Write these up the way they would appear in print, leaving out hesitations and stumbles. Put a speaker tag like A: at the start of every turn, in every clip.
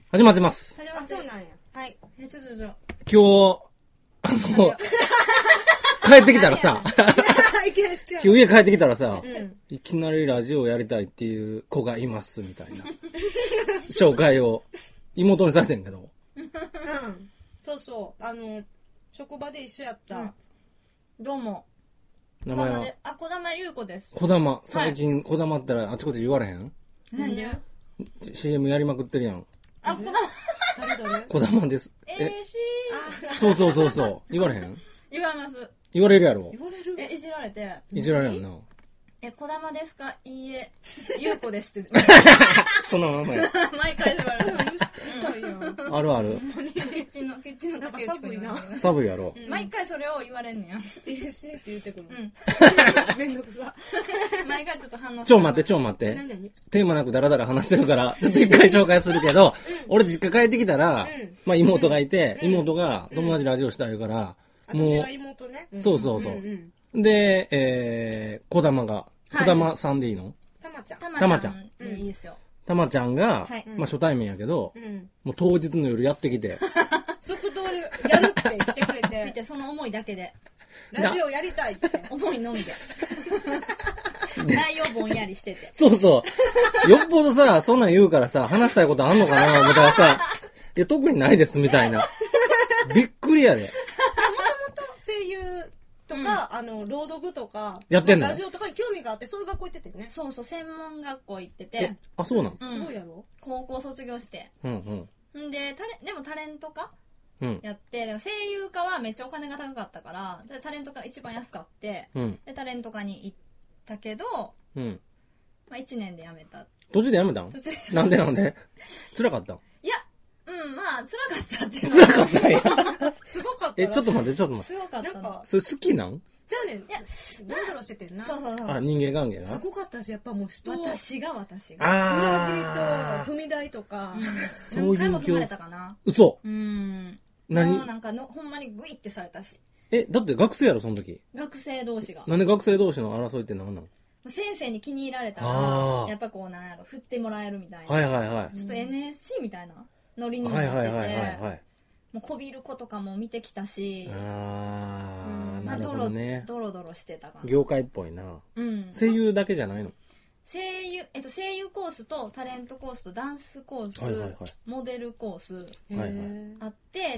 A: 始まってます。
B: あ、そうなんや。はい。
A: 今日、帰ってきたらさ、今日家帰ってきたらさ、いきなりラジオやりたいっていう子がいます、みたいな。紹介を妹にされてんけど。
B: うん。そうそう。職場で一緒やった。
C: どうも。
A: 名前は
C: 小玉優子です。
A: 小玉。最近小玉ってあちこち言われへん？
C: なんで
A: ？CM やりまくってるやん。
C: あ、小玉。
A: 誰小玉です。そう。言われへん？
C: 言われます。
A: 言われるやろ。
B: 言われる？
C: いじられて。
A: いじられやんな。
C: 小玉ですか？いいえ、優子ですって。
A: そのままや。
C: 毎回言われる。
A: あるある。
C: キッチンの竹内くんに。
A: 寒いやろ。
C: 毎回それを言われんねや。
B: しって言ってくる。めんどくさ。
C: 毎回ちょっと反応
A: ちょ待って。テーマなくダラダラ話してるから、ちょっと一回紹介するけど、俺実家帰ってきたら、まあ妹がいて、妹が友達ラジオしたいから、
B: もう。私が妹ね。
A: そう。で、小玉さんでいいの？
B: たまちゃん。
C: たまちゃん。いいですよ。
A: たまちゃんが、まあ初対面やけど、もう当日の夜やってきて。
B: 即答でやるって言ってくれて。
C: 見て、その思いだけで。
B: ラジオやりたいって。
C: 思いのみで。内容ぼんやりしてて。
A: そう。よっぽどさ、そんなん言うからさ、話したいことあんのかな思ったらさ、いや、特にないですみたいな。びっくりやで。もと
B: もと声優とか、朗読とか、
A: やってんの？
B: ラジオとかに興味があって、そういう学校行っててね。
C: そう、専門学校行ってて。
A: あ、そうなん？
B: すごいやろ？
C: 高校卒業して。で、でもタレント科やって、でも声優科はめっちゃお金が高かったから、タレント科一番安かって、で、タレント科に行ったけど、まあ1年で辞めた。
A: 途中で辞めたん？なんで辛かったん？
C: いや、まあ、辛かったっていう
A: のは。辛かったんや。
B: すごかった。
A: ちょっと待って。
C: すごかった。なんか、
A: それ好きなん？
B: じゃあね、いや、ドロドロしててんな。
C: そう。
A: あ、人間関係な。
B: すごかったし、やっぱもう人を。
C: 私が。
B: 裏切りと、踏み台とか。
C: 何回も踏まれたかな。
A: 嘘。
C: 何？なんかほんまにグイってされたし。
A: だって学生やろ、その時。
C: 学生同士が。
A: なんで学生同士の争いって何なの？
C: 先生に気に入られたら、やっぱこうなんやろ、振ってもらえるみたいな。
A: はい。
C: ちょっと NSC みたいなノリになってて。もうこびる子とかも見てきたし、
A: なるほどね。
C: ドロドロしてたかな。
A: 業界っぽいな。声優だけじゃないの？
C: 声優コースとタレントコースとダンスコース、モデルコースあって、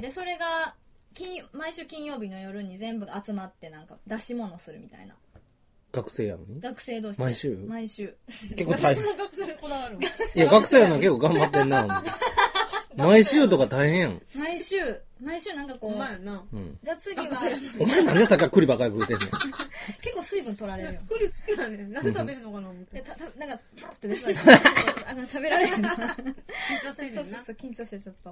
C: でそれが毎週金曜日の夜に全部集まってなんか出し物するみたいな。
A: 学生やのに？
C: 学生同士。
A: 毎週
B: 結構大変。私も学生にこだわる。
A: いや、学生やの結構頑張ってんな。毎週とか大変やん。
C: 毎週なんかこう。
B: お前やな。
C: じゃあ次は。
A: お前なんでさっきから栗ばっかり食うてんねん。
C: 結構水分取られるよ。
B: 栗好きやねん。なんで食べへんのかな思って。
C: なんか、パッて出そうや食べられへんな。緊
B: 張してんねんな。
C: そう、緊張してちょっと。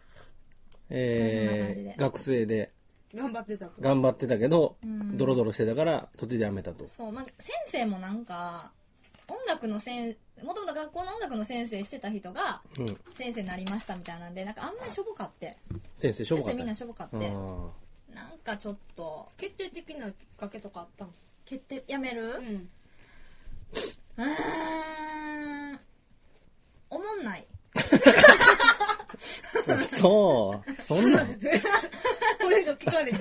A: 学生で。
B: 頑張ってた
A: けど、ドロドロしてたから途中でやめたと。
C: そう、まあ、先生もなんかもともと学校の音楽の先生してた人が先生になりましたみたいなんで、なんかあんまりしょぼかって。
A: 先生み
C: んなしょぼかって。なんかちょっと
B: 決定的なきっかけとかあったん？
C: やめる？おもんない。
A: そんなん
B: これが聞かれて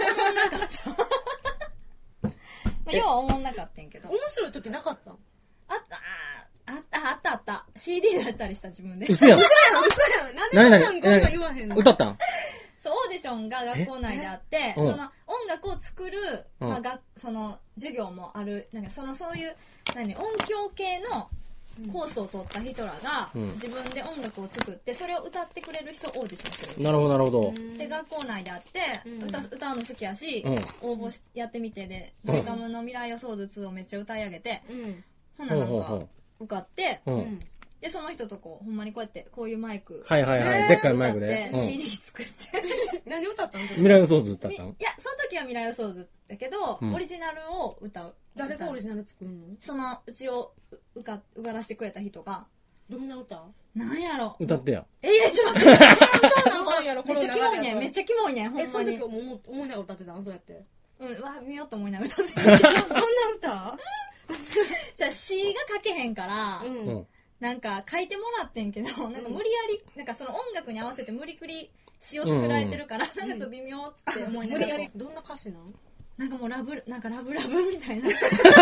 C: 要は思んなかったんけど。
B: 面白い時なかったん？
C: あった。CD 出したりした自分で。
A: 嘘やん。
B: なんで歌ったんか言わへんの？
A: 歌ったん？
C: そう、オーディションが学校内であって、その音楽を作る、その授業もある、なんかそういう音響系のコースを取った人らが自分で音楽を作ってそれを歌ってくれる人をオーディションする。
A: なるほど。
C: で学校内であって歌うの好きやし、応募やってみてでドリカムの未来予想図2をめっちゃ歌い上げて、ほんななんか受かって、でその人とこうほんまにこうやってこういうマイク
A: でっかいマイクで
C: CD 作って
B: 何歌ったの？
A: 未来予想図歌ったの？
C: いやその時は未来予想図だけど、オリジナルを歌う。
B: 誰がオリジナル作るの？
C: そのうちを受からしてくれた人が。
B: どんな歌？
C: なんやろ。
A: 歌ってや。
C: ちょっと待って。めっちゃキモいねん。ほんまに。
B: その時思いながら歌ってたの？そうやって。
C: 見ようと思いながら歌ってた。
B: どんな歌？
C: じゃあ詩が書けへんから、 なんか書いてもらってんけど、なんか無理やり、なんかその音楽に合わせて無理くり詩を作られてるから、なんかそう微妙って思いながら。
B: 無理やり、どんな歌詞なの？
C: なんかもうラブみたいな。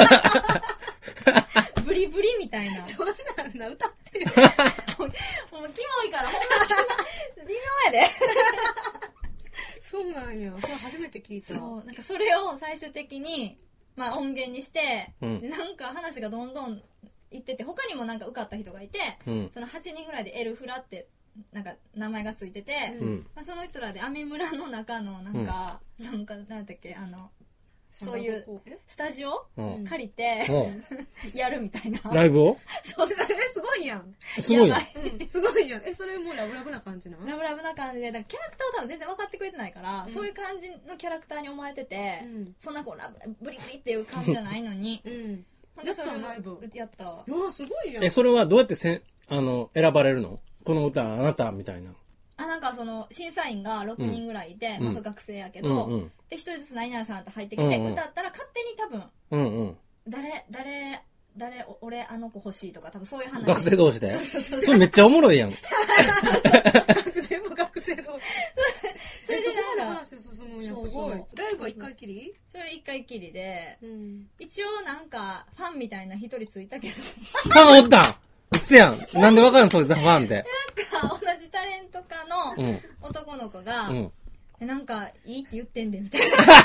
C: ブリブリみたいな。
B: どんなんだ、歌ってる。
C: もうキモいから、ほんま微妙やで。
B: そうなんや。それ初めて聞いた。
C: そう、なんかそれを最終的に、まあ音源にして、でなんか話がどんどんいってて、他にもなんか受かった人がいて、その8人ぐらいでエルフラってなんか名前がついてて、まあ、その人らでアメ村の中のなんか、なんだっけ、そういうスタジオ借りてやるみたいな。
A: ライブを？
B: そう、すごいやん。
A: すごいやん。
B: すごいやん。それもうラブラブな感じなの？
C: ラブラブな感じで、だからキャラクターを多分全然分かってくれてないから、そういう感じのキャラクターに思えてて、そんなこうブリブリっていう感じじゃないのに。ほんでそれライブやったわ。
B: いや、すごいやん。
A: それはどうやって選ばれるの？この歌あなたみたいな。
C: なんかその審査員が6人ぐらいいて、まあ、学生やけど、で1人ずつ何々さんと入ってきて、歌ったら勝手に多分、誰俺あの子欲しいとか多分そういう話。
A: 学生同士で？それめっちゃおもろいやん。
B: 全部学生同士。それでそこまで話進むんや。すごい。ライブは1回きり？
C: それ1回きりで、一応なんかファンみたいな1人ついたけど。
A: ファンおったん？せやん。なんでわかるのそれザファンって。
C: なんか同じタレント家の男の子が、なんかいいって言ってんでみたいな。とか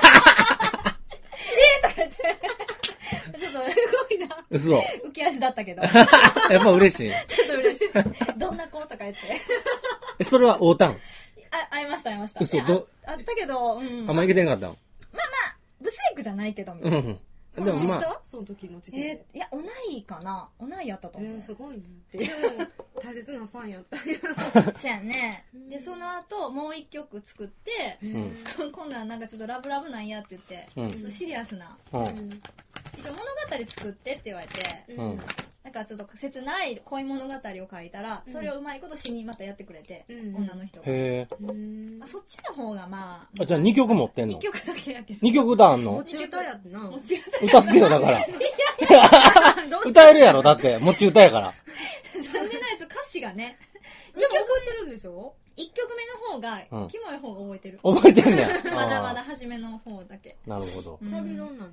C: 言って。ちょっとすごいな。
A: 嘘。
C: 浮き足だったけど。
A: やっぱ嬉しい。
C: ちょっと嬉しい。どんな子とか言って。
A: それは会うたん？
C: 会いました。
A: 嘘。
C: あったけど、
A: あんまいけてんかったん？
C: まあ、ブセイクじゃないけどみたいな。
B: でもまあ、その時の時点で。
C: いや、同いかな。同いやったと思う。
B: すごいね。でも、大切なファンやったんや。
C: そうやね。で、その後、もう一曲作って、今度はなんかちょっとラブラブなんやって言って、ちょっとシリアスな。一応物語作ってって言われて、なんかちょっと切ない恋物語を書いたら、それをうまいこと詩にまたやってくれて、女の人が。
A: へ
C: ぇ。そっちの方がま
A: あ。じゃあ2曲持ってんの？
C: 2曲だけやけど。
A: 2曲歌あんの？
B: 持ち歌やってな。
A: 歌ってよ、だから。歌えるやろ、だって。持ち歌やから。
C: 残念ない、歌詞がね。
B: でも覚えてるんでしょ？
C: 1曲目の方が、キモい方が覚えてる。
A: 覚えてんねん。
C: まだまだ初めの方だけ。
A: なるほど。
B: サビどんなんなん？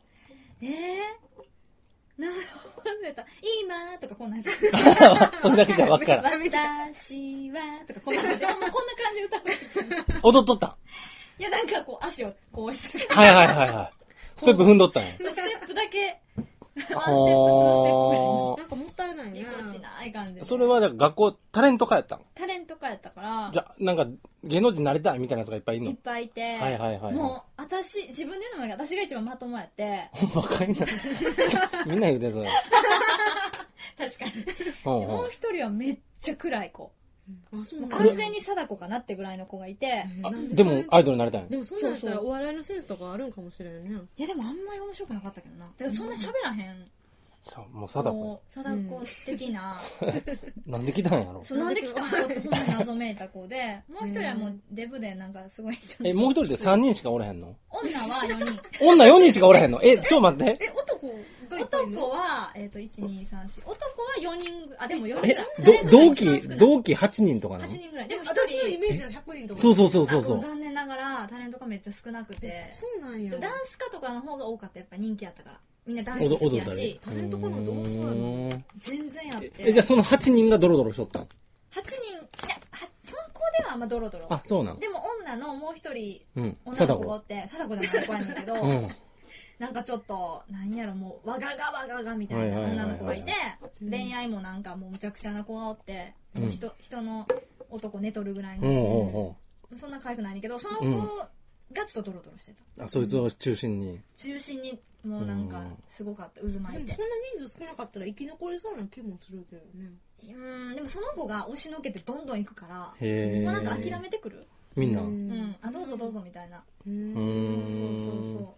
C: なんだ忘れた。今とかこんなやつ。
A: それだけじゃ分からん。
C: 私はとかこんな感じ。こんな感じで歌うんですよ。
A: 踊っとった？
C: いや、なんかこう足をこうして。
A: はい。ステップ踏んどったんや。
C: ステップだけ。1ステップ、2ステップぐらいの。
B: なんかもったいないね。
C: ぎこちない感じで。
A: それは学校、タレント科やったの？
C: タレント科やったから。
A: じゃ、なんか、芸能人になりたいみたいなやつがいっぱいいるの？
C: いっぱいいて。
A: はい。
C: もう、自分で言うのもいいが、私が一番まともやって。
A: 若いな。みんな言うてそれ。
C: 確かに。もう一人はめっちゃ暗い子。もう完全に貞子かなってぐらいの子がいて。
A: でもアイドルになりたいの？
B: でもそんなんやったらお笑いのセンスとかあるんかもしれんね。
C: いやでもあんまり面白くなかったけどな。だからそんな喋らへん。
A: もう貞子
C: 的な。
A: なんで来たんやろ？
C: そう、なんで来たんやろってほんまに謎めいた子で、もう一人はもうデブでなんかすごいちゃんと。
A: もう一人で3人しかおらへんの？
C: 女は4人。
A: 女4人しかおらへんの？ちょっと待って。
C: 男は、1、2、3、4。男は4人ぐらい。でも4人だ。
A: 同期8人とかなの？
C: 8人ぐらい。でも
B: 私のイメージは100人とか。
A: そう。
C: 残念ながら、タレントがめっちゃ少なくて。
B: そうなんや。
C: ダンス家とかの方が多かった。やっぱ人気やったから。みんなダンス好きやし。
B: タレント家のどうそうやの？
C: 全然やって。
A: じゃあその8人がドロドロしとったん？
C: 8人、いや、その子ではあんまドロドロ。
A: あ、そうなん？
C: でも女のもう一人、
A: 女
C: の子がおって、貞子じゃない子やねんけど、なんかちょっと、なんやろ、もう、わががみたいな女の子がいて、恋愛もなんかもうむちゃくちゃな子がおって、人の男寝とるぐらいの。そんな可愛くないねんけど、その子がちょっとドロドロしてた。
A: そいつを中心に。
C: もうなんか、すごかった、渦巻いて。
B: そんな人数少なかったら生き残れそうな気もするけどね。
C: でもその子が押しのけてどんどん行くから、もうなんか諦めてくる。
A: みんな。
C: どうぞみたいな。そう。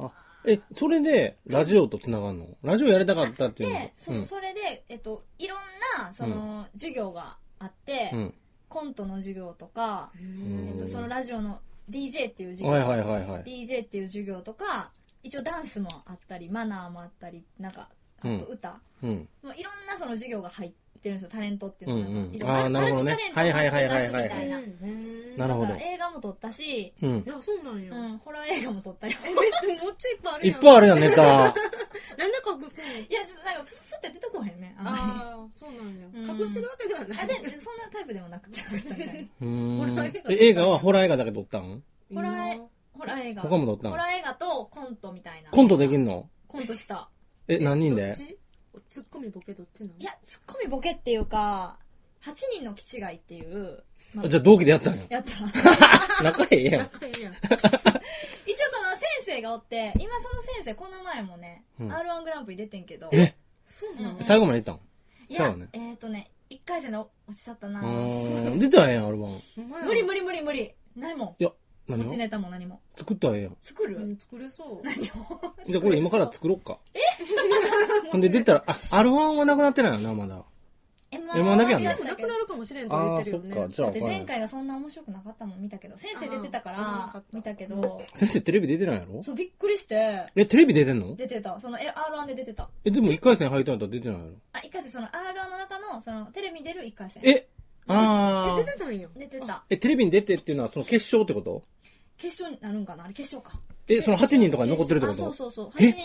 A: それで、ラジオとつながるの？ラジオやりたかったっていうの？
C: で、それで、いろんな、授業があって、コントの授業とか、そのラジオの DJ っていう授業、DJ っていう授業とか、一応ダンスもあったり、マナーもあったり、なんか、あと歌。もういろんなその授業が入ってるんですよ、タレントっていうのが。
A: うんうんあーなるほどね
C: マルチタレントを目指すみたいな。
A: なるほど
C: だから映画も撮ったし、
A: うん。
B: いや、そうなんや。
C: ホラー映画も撮ったよ。
B: めっちゃいっぱいあるやん。
A: いっぱいあるやん、ネタ。
B: なんで隠すの？
C: いや、ちょっとなんか、プスって出てこへんね、あんま
B: ああ、そうなんや。隠してるわけではない。
C: り。で、そんなタイプでもなくて。
A: 映画はホラー映画だけ撮ったん？
C: ホラー映画。
A: 他も撮ったん？
C: ホラー映画とコントみたいな。
A: コントできんの？
C: コントした。
A: 何人で？
B: ツッコミボケどっちなの？
C: いや、ツッコミボケっていうか、8人の気違いっていう。
A: じゃあ同期でやったんや。
C: やった。
A: 仲ええやん。
B: 仲いいやん。
C: 一応その先生がおって、今その先生、この前もね、
A: うん
C: R1 グランプリ出てんけど。
B: そうなの？
A: 最後まで行ったん？
C: いや、
A: そうね
C: 1回戦で落ちちゃったな。
A: 出たらええやん、アルバム。
C: 無理無理無理無理。ないもん。
A: いや、何を
C: 持ちネタも何も。
A: 作ったらええやん。
C: 作る？
B: 作れそう。
C: 何を？
A: じゃあこれ今から作ろっか。ほんで出たら、R1 はなくなってないよな、まだ。M1 だけやんな。
B: なくなるかもしれんと言ってるよね。
A: そっか、じゃあ。
C: だって前回がそんな面白くなかったもん見たけど、先生出てたから見たけど、
A: 先生テレビ出てないやろ？
C: そうびっくりして。
A: テレビ出てんの？
C: 出てた。そのR1 で出てた。
A: でも1回戦入ったんやったら出てないやろ？
C: 1回戦その R1 の中のそのテレビに出る1回戦。
B: 出てたんや。
C: 出てた。
A: テレビに出てっていうのはその決勝ってこと？
C: 決勝になるんかなあれ決勝か。
A: その8人とかに残ってるってこと？
C: そう。
A: 誰？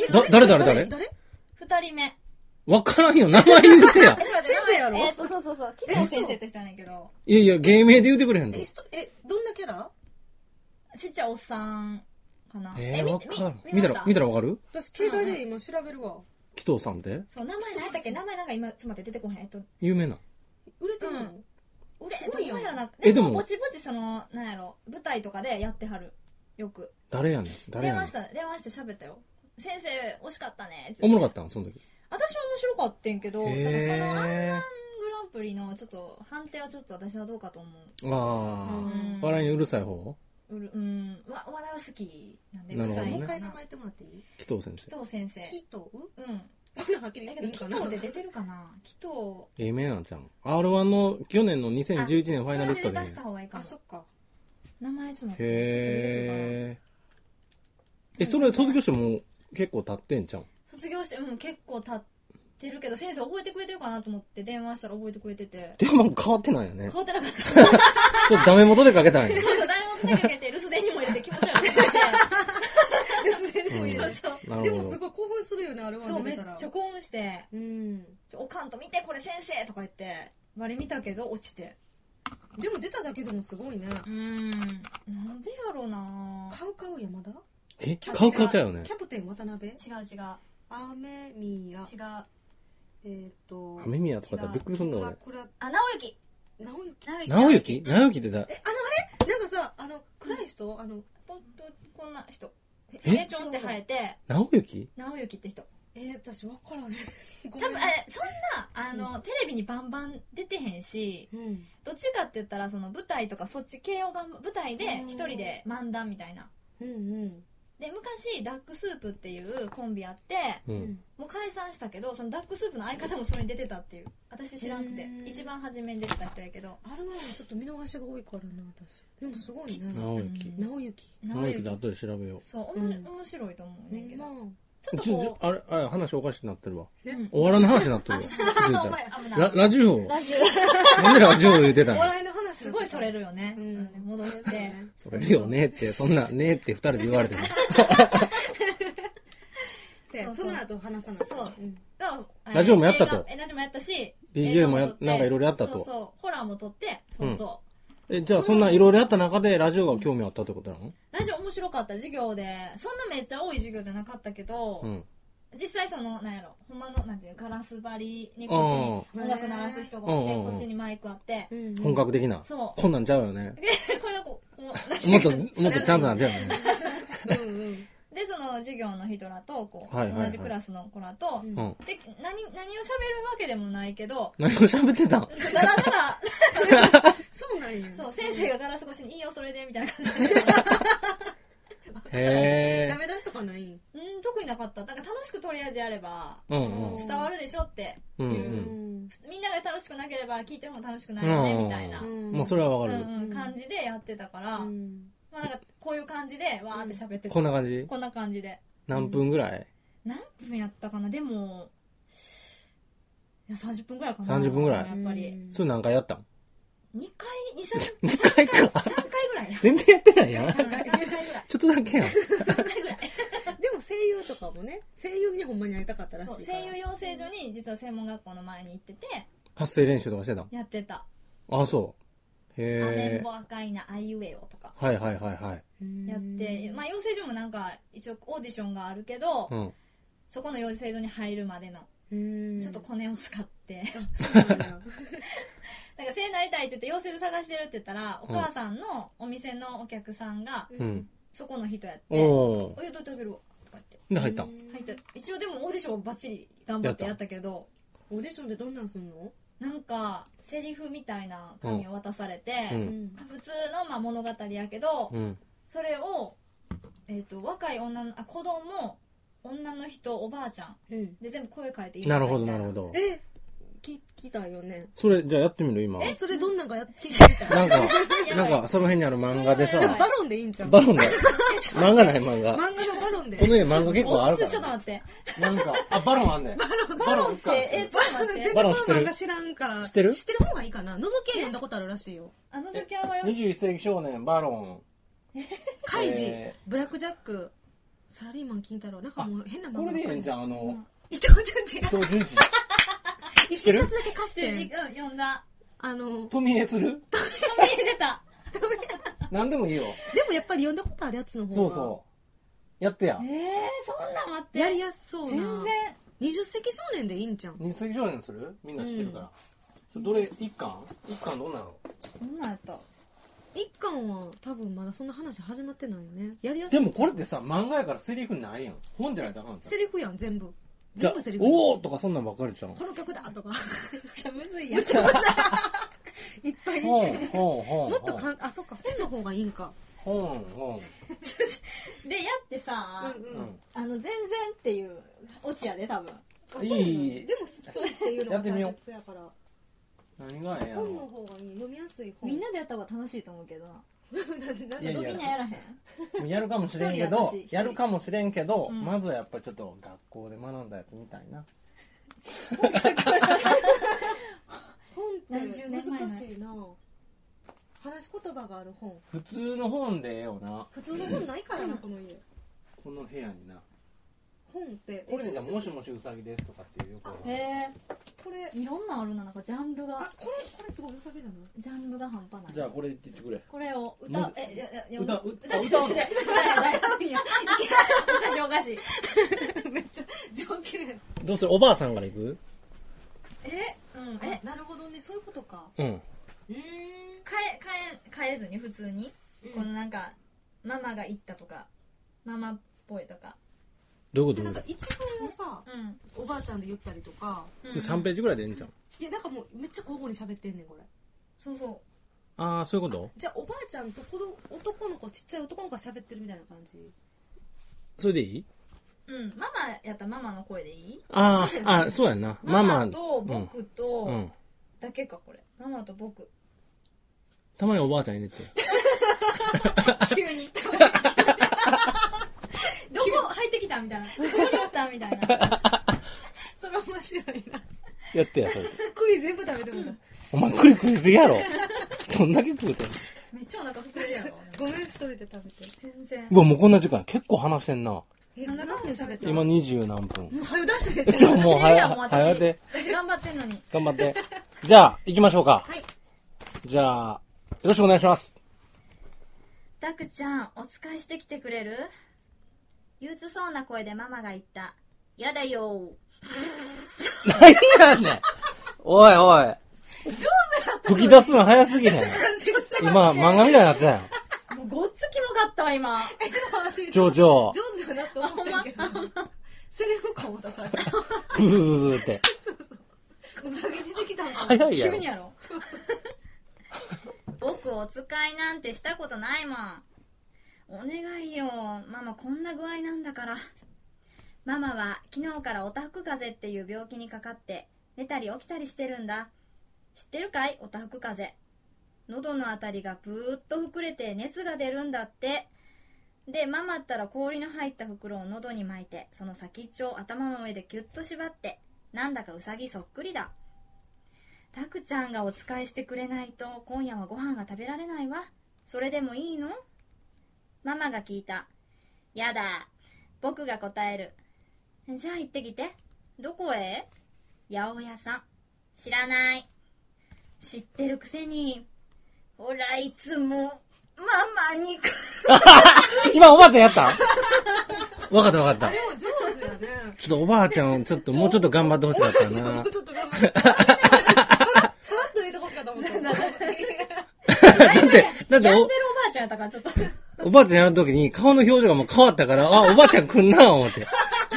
C: 2人目。
A: わからんよ、名前言うてや。
B: 先生やろ？
C: そう。紀藤先生って人やねんけど。
A: いやいや、芸名で言うてくれへんと。
B: どんなキャラ？
C: ちっちゃいおっさんかな。
A: わからん。見たらわかる？
B: 私、携帯で今調べるわ。
A: 紀藤さんって？
C: そう、名前何やったっけ？名前なんか今、ちょっと待って出てこへん。
A: 有名な。
B: 売れてんの？
C: すごいやな。
A: でも、
C: ぼちぼちその、なんやろ、舞台とかでやってはる。よく。
A: 誰やねん。
C: 電話して喋ったよ。先生、惜しかったね。
A: おもろかったんその時。
C: 私は面白かったんけど、ただその R1 グランプリのちょっと判定はちょっと私はどうかと思う。
A: 笑いにうるさい方？
C: 笑いは好きなんで、
A: なるほどね。
B: もう一回名前言ってもらっていい？
A: 紀藤先生。
C: 紀藤先生。
B: 紀藤？
C: はっきり言っていいかな。紀藤で出てるかな。紀藤。
A: 有名なんちゃう？ R1 の去年の2011年ファイナリストで。
C: 出した方がいいかも。
B: そっか。
C: 名前ちょっと待って。
A: へー。それ卒業しても結構経ってんちゃう？
C: 卒業して、結構経ってるけど、先生覚えてくれてるかなと思って電話したら覚えてくれてて。
A: 電話も変わってないよね。
C: 変わってなかった。
A: そう、ダメ元でかけたんや。
C: そう、ダメ元でかけて、留守電にも入れて気持ち悪くなって。
B: 留守電にも入れて。
C: そう。
B: でもすごい興奮するよね、あれは。
C: そう、めっちゃ興奮して、おかんと見て、これ先生とか言って、あれ見たけど、落ちて。
B: でも出ただけでもすごいね。
C: なんでやろうな。
B: カウカウ山田？
A: カウカウだよね。
B: キャプテン渡辺？
C: 違う。
B: アメミヤ。
C: 違う。
A: アメミヤとかってびっくりするんだ俺。
C: 直行。
A: 直行って誰？
B: あれなんかさ、暗い人？
C: こんな人。ちょんって生えて。
A: 直行？
C: 直行って人。
B: 私分からん。
C: 多分そんなテレビにバンバン出てへんし、どっちかって言ったらその舞台とかそっち系を舞台で一人で漫談みたいな。で昔ダックスープっていうコンビあって、もう解散したけどそのダックスープの相方もそれに出てたっていう。私知らんくて一番初めに出てた人やけど、
B: あれはちょっと見逃しが多いからな私。でもすごいね。
A: 直行で後で調べよう。
C: そう面白いと思うねんけど。ちょっと
A: あれ話おかしくなってるわ。お笑いの話になってるわ。ラジオ。なんでラジオ言うてたの？
B: お笑いの話
C: すごいそれるよね。戻して。
A: それるよねって、そんなねって二人で言われてる。
B: その後話さない。そう。
A: ラジオもやったと。
C: ラジオもやったし、
A: DJ もなんかいろいろやったと。
C: そう。ホラーも撮って、そう。
A: じゃあそんないろいろやった中でラジオが興味あったってことなの？
C: ラジオ面白かった授業で、そんなめっちゃ多い授業じゃなかったけど、実際その、なんやろ、ほんまの、なんていうガラス張りにこっちに音楽鳴らす人がおって、こっちにマイクあって、
A: 本格的な。
C: そう。
A: こんなんちゃうよね。
C: これがこう、
A: もっとちゃんとなってるよね。
C: で、その授業の人らと、こう、同じクラスの子らと、で、何を喋るわけでもないけど、
A: 何を喋ってたん？
C: だら
B: そうなんや。
C: そう、先生がガラス越しにいいよ、それで、みたいな感じで。
B: ダメ出しとかない？
C: 特になかった。なんか楽しくとりあえずやれば、伝わるでしょっていう。みんなが楽しくなければ聞いてる方も楽しくないよね、みたいな。
A: もうそれはわかる。
C: 感じでやってたから、まあなんかこういう感じでわーって喋ってた。
A: こんな感じ？
C: こんな感じで。
A: 何分ぐらい？
C: 何分やったかな？でも、 や、30分ぐらいかな。
A: 30分ぐらい
C: やっぱり。
A: それ何回やったん
C: 2回ぐらい。
A: 全然やってないやん。
C: 3回ぐらい。
A: ちょっとだけやん。
C: 3回ぐらい。
B: でも声優とかもね、声優にほんまにやりたかったらしいから。
C: 声優養成所に実は専門学校の前に行ってて、
A: 発声練習とかしてたん？
C: やってた。
A: あ、そう。へ
C: アメ
A: え
C: ン。ボ赤いな、あいうえおとか。
A: はいはいはいはい。
C: やって、まあ養成所もなんか一応オーディションがあるけど、
A: うん。
C: そこの養成所に入るまでの、ちょっとコネを使って、
B: そうなんだ。
C: なんか声優になりたいって言って養成所探してるって言ったら、お母さんのお店のお客さんが、そこの人やって、お湯と食べるわとか言って。
A: で入ったん？
C: 入った。一応でもオーディションをバッチリ頑張ってやったけど、
B: オーディションでどんなんすんの？
C: なんかセリフみたいな紙を渡されて、普通のまあ物語やけど、それを、若い子供、女の人、おばあちゃん、で全部声変えていい。
A: なるほどなるほど。
B: 聞きたいよね。
A: それじゃあやってみる今。
B: それどんなんかやってみたい。
A: なんかその辺にある漫画でさ。
B: バロンでいいんじゃん。
A: バロンで。漫画ない漫画。
B: 漫画のバロンで。
A: この家漫画結構あるから。
C: ちょっと待って。
A: なんかバロンあんねん。
C: バロンって、ちょっと待って。
A: バロン知ってる？
B: 漫画知らんから。
A: 知ってる？
B: 知ってる方がいいかな。覗き読んだことあるらしいよ。
C: 覗きはよ。
A: 21世紀少年バロン。
B: カイジ、ブラックジャック、サラリーマン金太郎、なんかもう変な漫画。
A: これでいいんじゃん、
B: 伊藤潤二が。
A: 伊藤潤二。
B: 一冊だけ貸してん。
C: 読んだ。
A: 富江する？
C: 富江出た。
A: なんでもいいよ。
B: でもやっぱり読んだことあるやつの方が。
A: そうそう。やってや。
C: そんな待って。
B: やりやすそうな。
C: 全然。
B: 20世紀少年でいいんじゃん。
A: 20世紀少年する？みんな知ってるから。どれ、1巻どんなの？
C: どんなんやった？
B: 一巻は多分まだそんな話始まってないよね。やりやす
A: い。でもこれってさ、漫画やからセリフないやん。本じゃないとあかん。
B: セリフやん、全部セリフ。
A: おーとかそんなんばっかりじゃん。
B: この曲だとか。
C: めっちゃむずいやん。
B: いっぱい。
A: もっと
B: あ、そっか、本の方がいいんか。
A: 本。
C: で、やってさ、全然っていうオチやで、多分。
A: いい。
B: でも、そうっていうのが大切やから。
A: 何がええやん。
B: 本の方がいい。読みやすい本。
C: みんなでやった方が楽しいと思うけどな。
A: いや
C: みんなやらへん。
A: やるかもしれんけど、まずはやっぱりちょっと学校で学んだやつみたいな。
B: 本って難しいな。話し言葉がある本。
A: 普通の本でええよな。
B: 普通の本ないからな、この家。
A: この部屋にな。
B: 本って
A: これじゃもしもしうさぎですとかっていうよく。
C: へえ。
B: これ
C: いろんなあるな、なんかジャンルが。
B: これすごいうさぎだな。
C: ジャンルが半端ない。
A: じゃあこれ言ってくれ。
C: これを歌
A: う
C: おかしい。
B: めっちゃ上級や。
A: どうする？おばあさんから行く？
B: なるほどね、そういうことか。
A: 変
C: えずに普通に、このなんかママが言ったとかママっぽいとか。
A: どういうこと？
B: なんか一文をさ、おばあちゃんで言ったりとか。
A: 3ページぐらいでええんちゃう？
B: いや、なんかもうめっちゃ交互に喋ってんねん、これ。
C: そうそう。
A: ああ、そういうこと？
B: じゃあおばあちゃんと男の子、ちっちゃい男の子が喋ってるみたいな感じ。
A: それでいい？
C: ママやったらママの声でいい？
A: そうやんな。
C: ママと僕とだけか、これ。ママと僕。
A: たまにおばあちゃん入れて。
C: 急に。どこ入ってきたみたいな。どこにおったみたいな。
B: それ面白いな。
A: やってや、それ。
B: 栗全部食べてもらった。
A: お前栗食いすぎやろ。どんだけ食うてんの？
C: めっちゃお腹膨れるやろ。
B: ごめん、一人で食べて。
C: 全然。
A: うわ、もうこんな時間。結構話してんな。
B: 何分喋った？
A: 今20何分。
B: もう早出しでしょ。
A: もう早で。
C: 私頑張ってんのに。
A: 頑張って。じゃあ、行きましょうか。
B: はい。
A: じゃあ、よろしくお願いします。
C: たくちゃん、お使いしてきてくれる？憂鬱そうな声でママが言った。やだよ
A: ー。何やねん。おいおい。
B: 上手だった。
A: 吹き出すの早すぎへん。今、漫画みたいになってたよ。
C: もうごっつきもかったわ、今。
A: 上手
B: だなと思ったけど。セリフか思ったさ。
A: ブーブーブーって。
B: うさぎ出てきたのか。
A: 早いやろ。
C: 急にやろ。僕お使いなんてしたことないもん。お願いよ、ママこんな具合なんだから。ママは昨日からオタフク風邪っていう病気にかかって寝たり起きたりしてるんだ。知ってるかい？オタフク風邪。喉のあたりがブーッと膨れて熱が出るんだって。で、ママったら氷の入った袋を喉に巻いて、その先っちょを頭の上でキュッと縛って、なんだかウサギそっくりだ。 たくちゃんがお使いしてくれないと今夜はご飯が食べられないわ。それでもいいの？ママが聞いた。やだ。僕が答える。じゃあ行ってきて。どこへ？八百屋さん。知らない。知ってるくせに。ほら、いつも、ママに。
A: 今おばあちゃんやったわかったわかった。
B: でも上手やね。
A: ちょっとおばあちゃん、もうちょっと頑張ってほしかったな。
B: もうちょっと頑張って。さらっと入れてほしかったもん。だって
C: 病んでるおばあちゃんやったからちょっと。
A: おばあちゃんやるときに顔の表情がもう変わったから、あ、おばあちゃん来んな思って。
B: 気合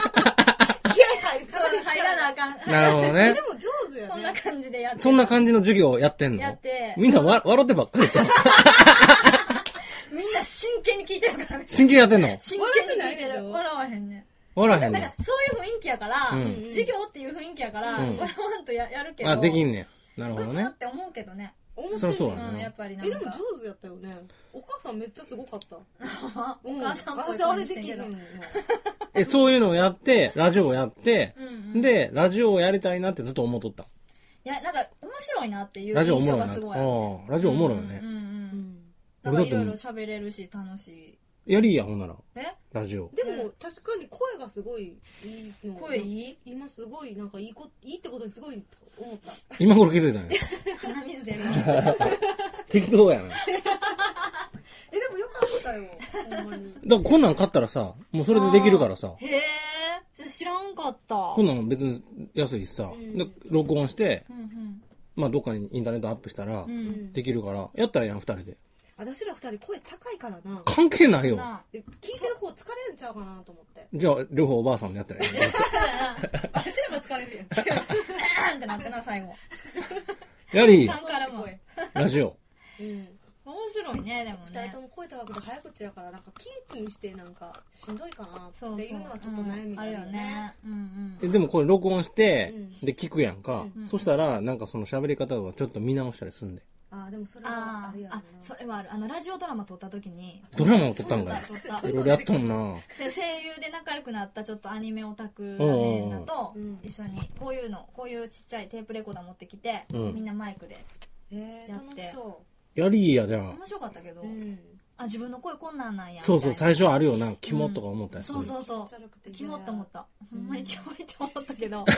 C: 入らなあかん。
A: なるほどね。
B: でも上手やね。
C: そんな感じでやって。
A: そんな感じの授業やってんの？
C: やって。
A: みんな笑ってばっかりちゃう。
C: みんな真剣に聞いてるからね。
A: 真剣やってんの？
C: 真剣に聞いてる。笑わへんね。
A: 笑わへんね。
C: なんかそういう雰囲気やから、授業っていう雰囲気やから、笑わんとやるけど。
A: あ、できんねん。なるほどね。
C: って思うけどね。
A: そりゃそうやね。
C: やっぱりなんか。
B: でも上手やったよね。お母さんめっちゃすごかった。
C: お母さんっぽい
B: 私あれできへんの。
A: そういうのをやって、ラジオをやって、で、ラジオをやりたいなってずっと思っとった。
C: いや、なんか面白いなっていう
A: ラジオお
C: 印
A: もろいな。
C: 象がすごい。
A: ラジオおもろいよね。
C: なんかいろいろ喋れるし楽しい。
A: やりや、ほんなら。
C: え？
A: ラジオ。
B: でも確かに声がすごいいいの。
C: 声いい？
B: 今すごいなんかいいってことにすごい思った。
A: 今頃気づいたね。
C: 鼻水出る。
A: 適当やな。
B: でもよかったよ。ほんまに。
A: だからこんなん買ったらさ、もうそれでできるからさ。
C: へえ、知らんかった。
A: こんなん別に安いしさ、で録音して、まあどっかにインターネットアップしたら、できるから、やったらやん、二人で。
B: 私ら二人声高いからな。
A: 関係ないよ。
B: 聞いてる子疲れんちゃうかなと思って。
A: じゃあ、両方おばあさんでやったらいい。
B: 私らが疲れるやん。
C: ってなってな、最後。
A: やり、
B: ラ
A: ジオ。
C: 面白いね、でもね。
B: 二人とも声高くて早口やから、なんかキンキンしてなんかしんどいかなっていうのはちょっと悩みがあるよね。
A: でもこれ録音して、で聞くやんか。そしたら、なんかその喋り方をちょっと見直したりすんで。
B: ああ、でもそれはあるやんな。
C: それはある。ラジオドラマ撮った時に。
A: ドラマを撮ったんかい。いろいろやっとんな。
C: 声優で仲良くなったちょっとアニメオタクらへんなと、一緒にこういうちっちゃいテープレコーダー持ってきて、みんなマイクでやって。
A: やりや、じゃあ。
C: 面白かったけど、自分の声こんなんなんや。
A: そうそう、最初あるよな、キモとか思ったやつ。
C: そうそうそう。キモって思った。ほんまにキモいって思ったけど。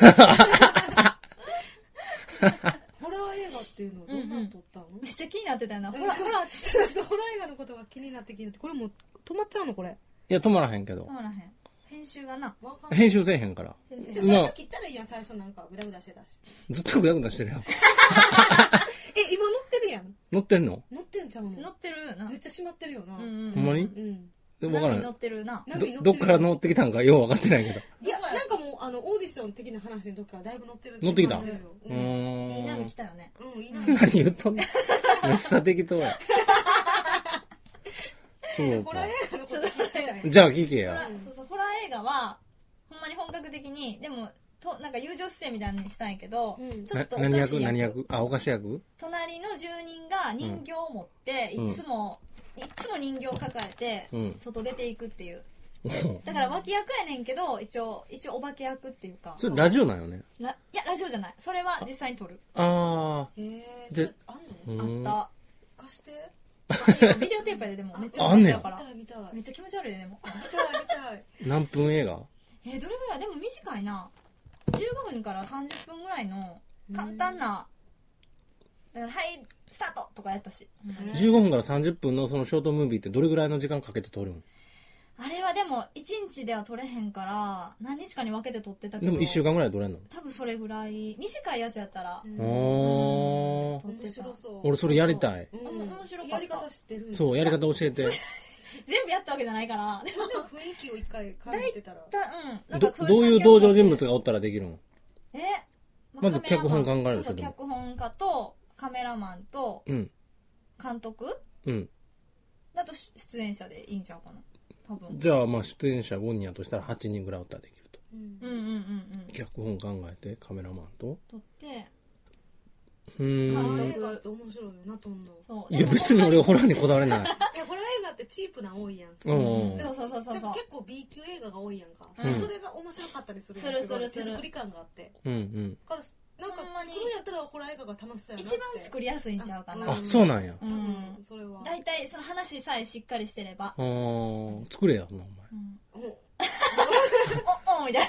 B: ホラー映画っていうのどんなん撮ったの？
C: めっちゃ気になってたよな。ホラー
B: ホラー映画のことが気になってこれもう止まっちゃうのこれ？
A: いや、止まらへんけど。
C: 止まらへん。編集がな。
A: 編集せえへんから。
B: 最初切ったらいいやん、最初なんかグダグダしてたし。
A: ずっとグダグダしてるよ。
B: 今乗ってるやん。
A: 乗ってんの？
B: 乗ってんちゃうの？
C: 乗ってるな。
B: めっちゃ閉まってるよな。ほ
A: んまに？でも分から
C: ん。乗ってるな。
A: どっから乗ってきたんかよう分かってないけど。
B: いや、なんかもうオーディション的な話の時からだいぶ乗ってる。
A: 乗ってきた。
C: いい波来たよね。
A: 何言っとんの？めっちゃ適当や。そうか。
B: ホラー映画のこと聞いてたよ。
A: じゃあ聞けや。
C: そうそう、ホラー映画はほんまに本格的に、でもなんか友情出演みたいにしたんやけど、ちょっとおかしい
A: 何役？あ、おかしい役？
C: 隣の住人が人形を持って、いつも人形を抱えて外出ていくっていう。だから脇役やねんけど、一応お化け役っていうか。
A: それラジオなんよね。
C: いや、ラジオじゃない。それは実際に撮る。
B: ああ。じゃあん
C: の？あった。
B: 貸して。
C: ビデオテープででもめっちゃ面白いから。めっちゃ気持ち悪いで、でも。
B: 見たい。
A: 何分映画？
C: どれぐらい？でも短いな。15分から30分ぐらいの簡単な、だからはいスタートとかやったし。
A: 15分から30分のそのショートムービーってどれぐらいの時間かけて撮るん？
C: あれはでも1日では撮れへんから何日かに分けて撮ってたけど。
A: でも1週間ぐらい撮れんの？
C: 多分それぐらい。短いやつやったら。
B: 面白そう。
A: 俺それやりたい。
C: 面白かった。
B: やり方知ってる？
A: そう、やり方教えて。
C: 全部やったわけじゃないから。
B: でも雰囲気を一回感じてたら。
A: どういう登場人物がおったらできるの？まず脚本考えるけど。
C: そう、脚本家とカメラマンと監督だと出演者でいいんちゃうかな。多分。
A: じゃあまあ出演者5人やとしたら8人ぐらいおったらできると。脚本考えてカメラマンと
C: 撮って。
B: 映画って面白いよな、とんど。
A: いや別に俺ホラーにこだわれない。
B: いや、ホラー映画ってチープな多いやん。
C: そう。
B: 結構 B 級映画が多いやんか。それが面白かったりする。
C: する。
B: 手作り感があって。だからなんか作るんやったらホラー映画が楽しそうやなって。
C: 一番作りやすいんちゃうかな。
A: あ、そうなんや。
B: 多分それは。
C: 大体その話さえしっかりしてれば。
A: 作れや、お前。
C: おみたい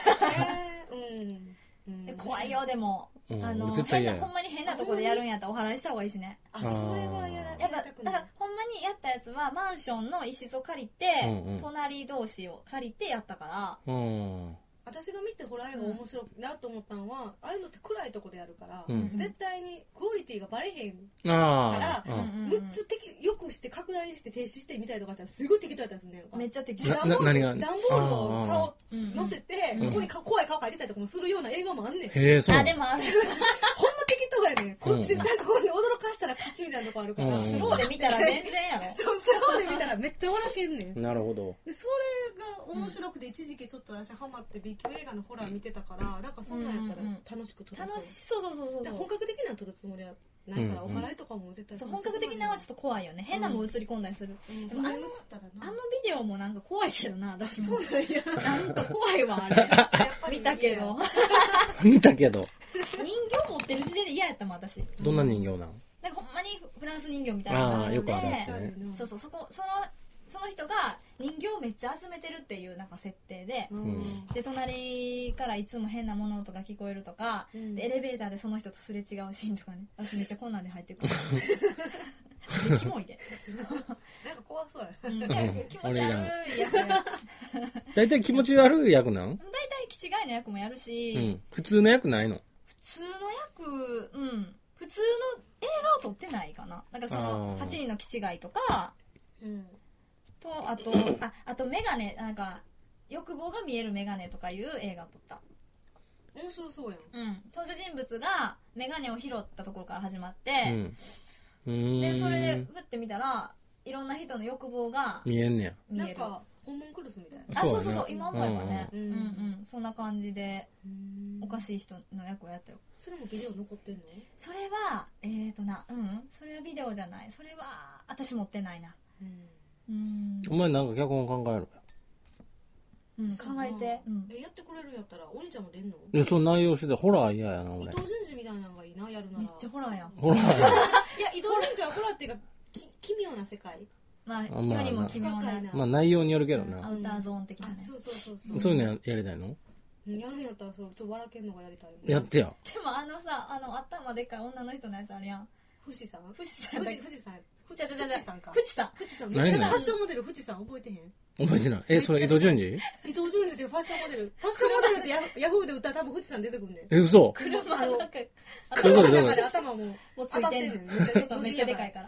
C: な。怖いよ、でも。ほんまに変なとこでやるんやったらお祓いした方がいいしね。
B: あ、それはやらない。
C: やっぱ、だからほんまにやったやつはマンションの一室を借りて、隣同士を借りてやったから、
B: 私が見てホラー映画面白いなと思ったのは、ああいうのって暗いとこでやるから、絶対にクオリティがバレへんから6つよくして拡大して停止してみたいとかってすごい適当やったんですね。
C: めっちゃ適当。
B: 段ボールを顔乗せてそこに怖い顔描いてたりとかもするような映画もあんねん。
A: へえ、そう。
C: あ、でもある。
B: ほんま適当やねん。こっちなんか驚かしたら勝ちみたいなとこあるから、
C: スローで見たら全然やろ。
B: そう、スローで見たらめっちゃ笑けんねん。
A: なるほど。
B: でそれが面白くて一時期ちょっと私ハマって B 級映画のホラー見てたから、なんかそんなんやったら楽しく撮れそう。
C: 楽しそう。
B: 本格的なの撮るつもりはないから、お祓いとかも絶対
C: そう、本格的なのはちょっと怖いよね。変なもん映り込んだりする。でもあのビデオもなんか怖いけどな、私も。そうなんや。なんか怖いわ、あれ。見たけど。
A: 見たけど。
C: 人形持ってる時点で嫌やったもん、私。
A: どんな人形なん？
C: なんかほんまにフランス人形みたいなので、
A: よくあるやつね。
C: そう、その人が人形をめっちゃ集めてるっていうなんか設定で、で隣からいつも変な物音が聞こえるとか、でエレベーターでその人とすれ違うシーンとかね、私めっちゃこんなんで入ってくる。キモいで。
B: なんか怖そうや。
C: 気持ち悪い役。
A: 大体気持ち悪い役なん？
C: 大体気違いの役もやるし、
A: 普通の役ないの？
C: 普通の役、普通の映画を撮ってないかな。なんかその8人の気違いとか、とあとメガネ、なんか欲望が見えるメガネとかいう映画を撮った。
B: 面白そうや
C: ん。登場人物がメガネを拾ったところから始まって、でそれでふってみたらいろんな人の欲望が
A: 見えんねや。
B: なんかホンモンクルスみたいな。
C: あ、そう今思えばね。そんな感じでおかしい人の役をやったよ。
B: それもビデオ残ってんの？
C: それはそれはビデオじゃない。それは私持ってないな。
A: お前なんか脚本考えろよ。
C: 考えて。
B: やってくれるんやったらお兄ちゃんも出んの？
A: いや、その内容しててホラー嫌やな俺。
B: 伊藤淳二みたいなのがいいな、やるなら。
C: めっちゃホラーやん。
A: ホラー。
B: いや、伊藤淳二はホラーっていうか奇妙な世界。
C: まあ世にも奇妙な。
A: まあ内容によるけどな。
C: アウターゾーン的なね。
B: そう。
A: そういうのやりたいの？
B: やるんやったらちょっと笑けんのがやりたい。
A: やってや。
C: でも頭でっかい女の人のやつあるやん。
B: 富士山。
C: 富士山。
B: 富士山。めっちゃファッションモデル富士山覚えてへん？
A: 覚えてない。それ伊藤淳二？
B: 伊藤淳二ってファッションモデルってヤフーで歌ったら多分富士山出てくんねん。
A: 嘘？
C: 車の中
B: で頭も
C: ついてんねん。めっちゃでかいから。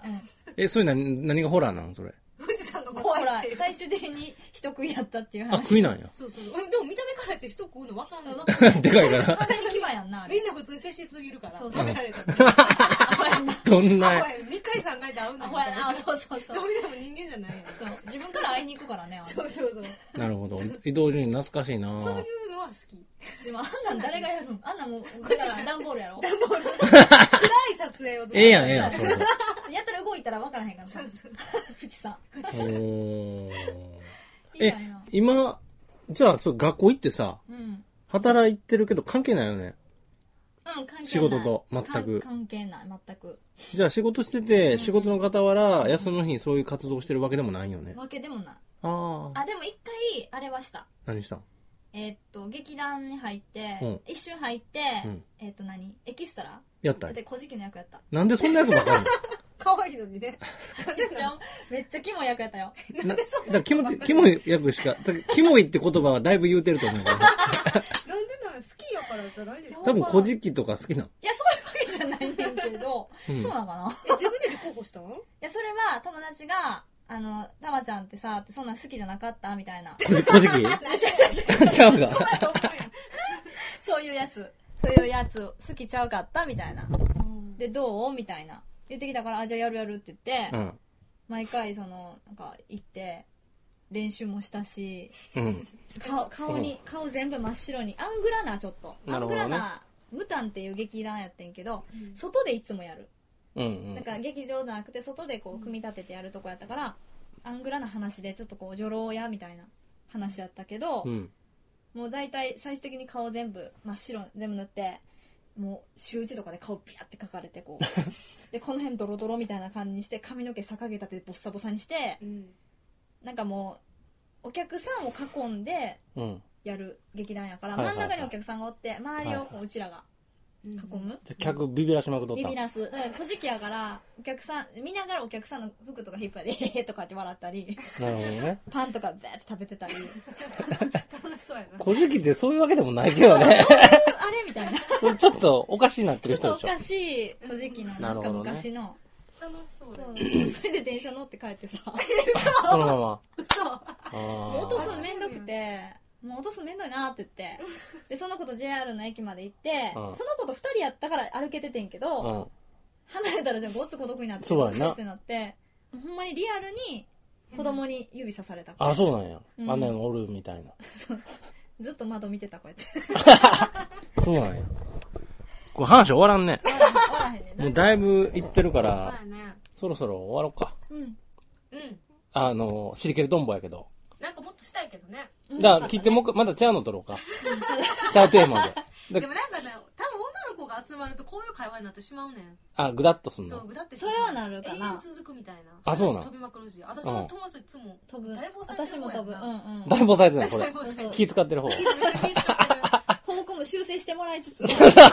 A: それ何がホラーなんそれ？
B: 富士山が怖いって。
C: 最終的に人食いやったっていう話。
A: あ、食いなんや。
B: そう。でも見た目からして人食うの分かんない。
A: でかいから。
C: 完全に牙やんな。
B: みんな普通に接しすぎるから食べられた。
A: どんな。
B: 2回3回で会うのよ。
C: そう。
B: どう見ても人間じゃないやん。
C: そう。自分から会いに行くからね。
B: そう。
A: なるほど。伊藤淳二懐かしいな。
B: そういうのは好き。
C: でもあんなん誰がやるん？あんなんもう段ボールやろ。
B: 段ボール。暗い撮影をずっと。
A: ええやん。
C: やったら動いたら分からへんからさ。富士山。
A: 今じゃあ学校行ってさ、働いてるけど関係ないよね。
C: 関係ない。
A: 仕事と全く。
C: 関係ない全く。
A: じゃあ仕事してて、仕事の傍ら休みの日にそういう活動してるわけでもないよね。
C: わけでもない。
A: でも
C: 一回あれはした。
A: 何したん？
C: 劇団に入って、一瞬入って、エキストラ
A: やった
C: で、古事記の役やった。
A: なんでそんな役ばかるの？
B: 可愛いのにね。
C: めっちゃキモい役やったよ。
A: キモい役しか、キモいって言葉はだいぶ言うてると思うから。
B: なんで好きやからじゃないでしょ？
A: 多分古事記とか好きなの？
C: いや、そういうわけじゃないねんけど、そうなのかな？
B: 自分で立候補したの？い
C: や、それは友達が、たまちゃんってさ、そんなん好きじゃなかったみたいな。
A: 古事記？ちゃうか。
C: そういうやつ好きちゃうかったみたいな。で、どうみたいな。言ってきたから、じゃあやるって言って、毎回なんか行って、練習もしたし、顔全部真っ白に、アングラナちょっと。アングラナ、ムタンっていう劇団やってんけど、外でいつもやる。だから劇場じゃなくて外で組み立ててやるとこやったからアングラな話でちょっと女郎やみたいな話やったけど、もう大体最終的に顔全部真っ白全部塗ってもう習字とかで顔ピャって描かれてこうでこの辺ドロドロみたいな感じにして髪の毛逆毛立ててボッサボサにして、なんかもうお客さんを囲んでやる劇団やから、真ん中にお客さんがおって周りをこううちらが囲む。
A: じゃ客ビビらしまくっとった。
C: ビビらす。だから古事記やからお客さん見ながらお客さんの服とか引っ張って「えへ」とかって笑ったり、
A: なるほどね。
C: パンとかバーって食べてたり。
B: 楽しそうやな。
A: 古事記ってそういうわけでもないけどね。あれ
C: みたいな。
A: ちょっとおかしいなってる人でしょ。
C: おかしい古事記のなんか昔の。
B: 楽しそうだ
C: ね。それで電車乗って帰ってさ。
A: そのまま。
B: 嘘。
C: もう落とすのめんどくて。もう落とすのめんどいなって言って、でその子と JR の駅まで行って、その子と2人やったから歩けててんけど、離れたらじゃあごっつ孤独になってどうしようってなって、ほんまにリアルに子供に指さされた。
A: あ、そうなんや。あんなのおるみたいな。
C: ずっと窓見てた、こうやって
A: そうなんや。これ話終わらんね。終わらへんね。もうだいぶ行ってるから、そろそろ終わろうか。シリケルトンボやけど。
B: なんかもっとしたいけどね。
A: だから切ってもまだちゃうの撮ろうか。ちゃうテーマ
B: で。でもなんかね、多分女の子が集まるとこういう会話になってしまうねん。
A: あ、ぐだっとすんの。
B: そう、ぐだって
C: それはなるかな。
B: 永遠続くみたいな。
A: あ、そうなの。
B: 飛びまくるし。私の友達いつも
C: 飛ぶ。
B: 私
C: も飛ぶ。
A: だいぶされてるのこれ。気使ってる方。
C: 報告も修正してもらいつつ。
A: そうそう。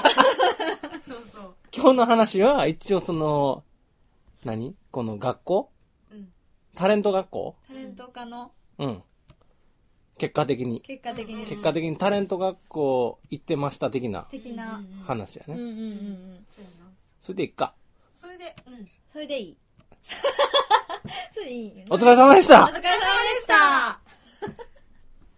A: 今日の話は一応この学校タレント学校
C: タレント科の
A: 結果的にタレント学校行ってました的な話やね。それでいっか。
B: それでいい。
C: それでいい。
A: お疲れ様でした。
C: お疲れ様でした。